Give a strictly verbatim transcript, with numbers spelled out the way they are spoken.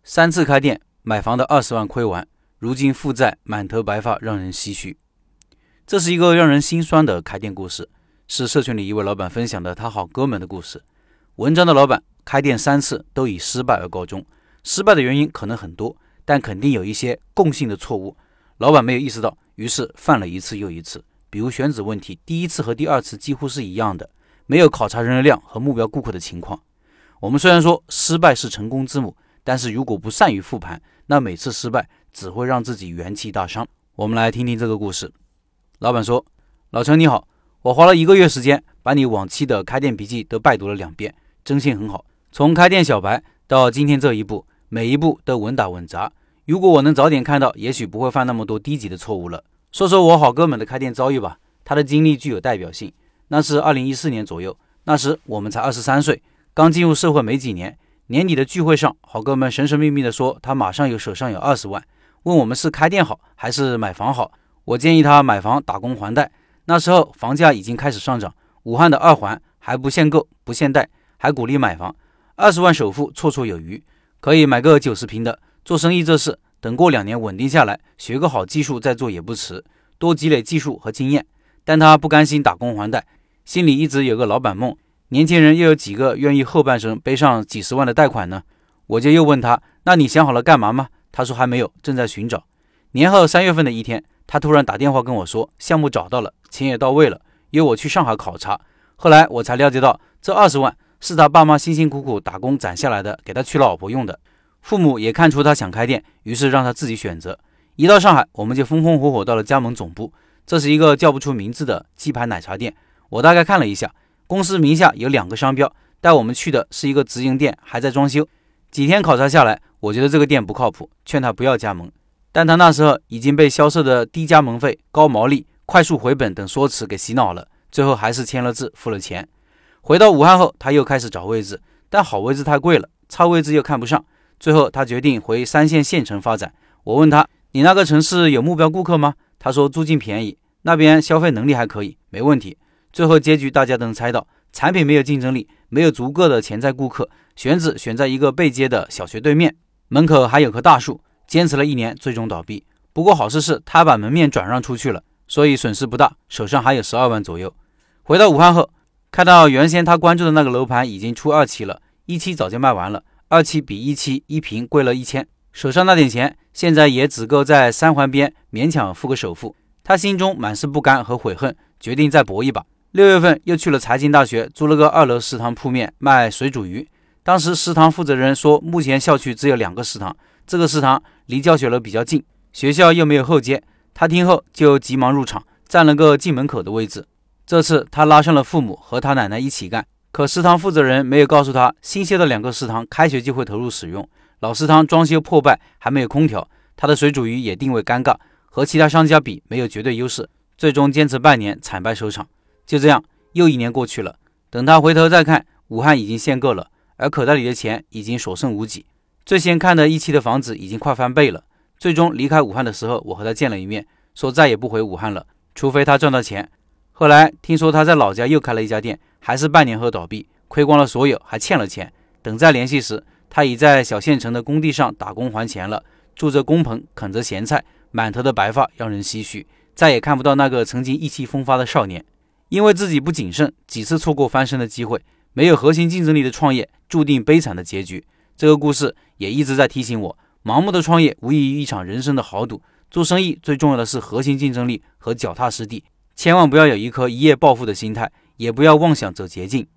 三次开店买房的二十万亏完，如今负债满头白发，让人唏嘘。这是一个让人心酸的开店故事，是社群里一位老板分享的他好哥们的故事。文章的老板开店三次都以失败而告终，失败的原因可能很多，但肯定有一些共性的错误，老板没有意识到，于是犯了一次又一次。比如选址问题，第一次和第二次几乎是一样的，没有考察人流量和目标顾客的情况。我们虽然说失败是成功之母，但是如果不善于复盘，那每次失败只会让自己元气大伤。我们来听听这个故事。老板说，老陈你好，我花了一个月时间把你往期的开店笔记都拜读了两遍，征信很好，从开店小白到今天这一步，每一步都稳打稳扎。如果我能早点看到，也许不会犯那么多低级的错误了。说说我好哥们的开店遭遇吧，他的经历具有代表性。那是二零一四年左右，那时我们才二十三岁，刚进入社会没几年。年底的聚会上，好哥们神神秘秘地说他马上有手上有二十万，问我们是开店好还是买房好。我建议他买房打工还贷，那时候房价已经开始上涨，武汉的二环还不限购不限贷，还鼓励买房，二十万首付绰绰有余，可以买个九十平的。做生意这事，等过两年稳定下来，学个好技术再做也不迟，多积累技术和经验。但他不甘心打工还贷，心里一直有个老板梦，年轻人又有几个愿意后半生背上几十万的贷款呢？我就又问他，那你想好了干嘛吗？他说还没有，正在寻找。年后三月份的一天，他突然打电话跟我说，项目找到了，钱也到位了，约我去上海考察。后来我才了解到，这二十万是他爸妈辛辛苦苦打工攒下来的，给他娶老婆用的。父母也看出他想开店，于是让他自己选择。一到上海，我们就风风火火到了加盟总部，这是一个叫不出名字的鸡排奶茶店。我大概看了一下，公司名下有两个商标，带我们去的是一个直营店，还在装修。几天考察下来，我觉得这个店不靠谱，劝他不要加盟。但他那时候已经被销售的低加盟费、高毛利、快速回本等说辞给洗脑了，最后还是签了字付了钱。回到武汉后，他又开始找位置，但好位置太贵了，差位置又看不上。最后他决定回三线县城发展。我问他，你那个城市有目标顾客吗？他说租金便宜，那边消费能力还可以，没问题。最后结局大家都能猜到，产品没有竞争力，没有足够的潜在顾客，选址选在一个背街的小学对面，门口还有棵大树，坚持了一年最终倒闭。不过好事是他把门面转让出去了，所以损失不大，手上还有十二万左右。回到武汉后，看到原先他关注的那个楼盘已经出二期了，一期早就卖完了，二期比一期一平贵了一千，手上那点钱现在也只够在三环边勉强付个首付。他心中满是不甘和悔恨，决定再搏一把。六月份又去了财经大学，租了个二楼食堂铺面卖水煮鱼。当时食堂负责人说，目前校区只有两个食堂，这个食堂离教学楼比较近，学校又没有后街。他听后就急忙入场，占了个进门口的位置。这次他拉上了父母和他奶奶一起干，可食堂负责人没有告诉他，新修的两个食堂开学就会投入使用，老食堂装修破败，还没有空调，他的水煮鱼也定位尴尬，和其他商家比没有绝对优势，最终坚持半年惨败收场。就这样又一年过去了，等他回头再看，武汉已经限购了，而口袋里的钱已经所剩无几。最先看的一期的房子已经快翻倍了。最终离开武汉的时候，我和他见了一面，说再也不回武汉了，除非他赚到钱。后来听说他在老家又开了一家店，还是半年后倒闭，亏光了所有，还欠了钱。等再联系时，他已在小县城的工地上打工还钱了，住着工棚，啃着咸菜，满头的白发让人唏嘘，再也看不到那个曾经意气风发的少年。因为自己不谨慎，几次错过翻身的机会，没有核心竞争力的创业注定悲惨的结局。这个故事也一直在提醒我，盲目的创业无异于一场人生的豪赌，做生意最重要的是核心竞争力和脚踏实地，千万不要有一颗一夜暴富的心态，也不要妄想走捷径。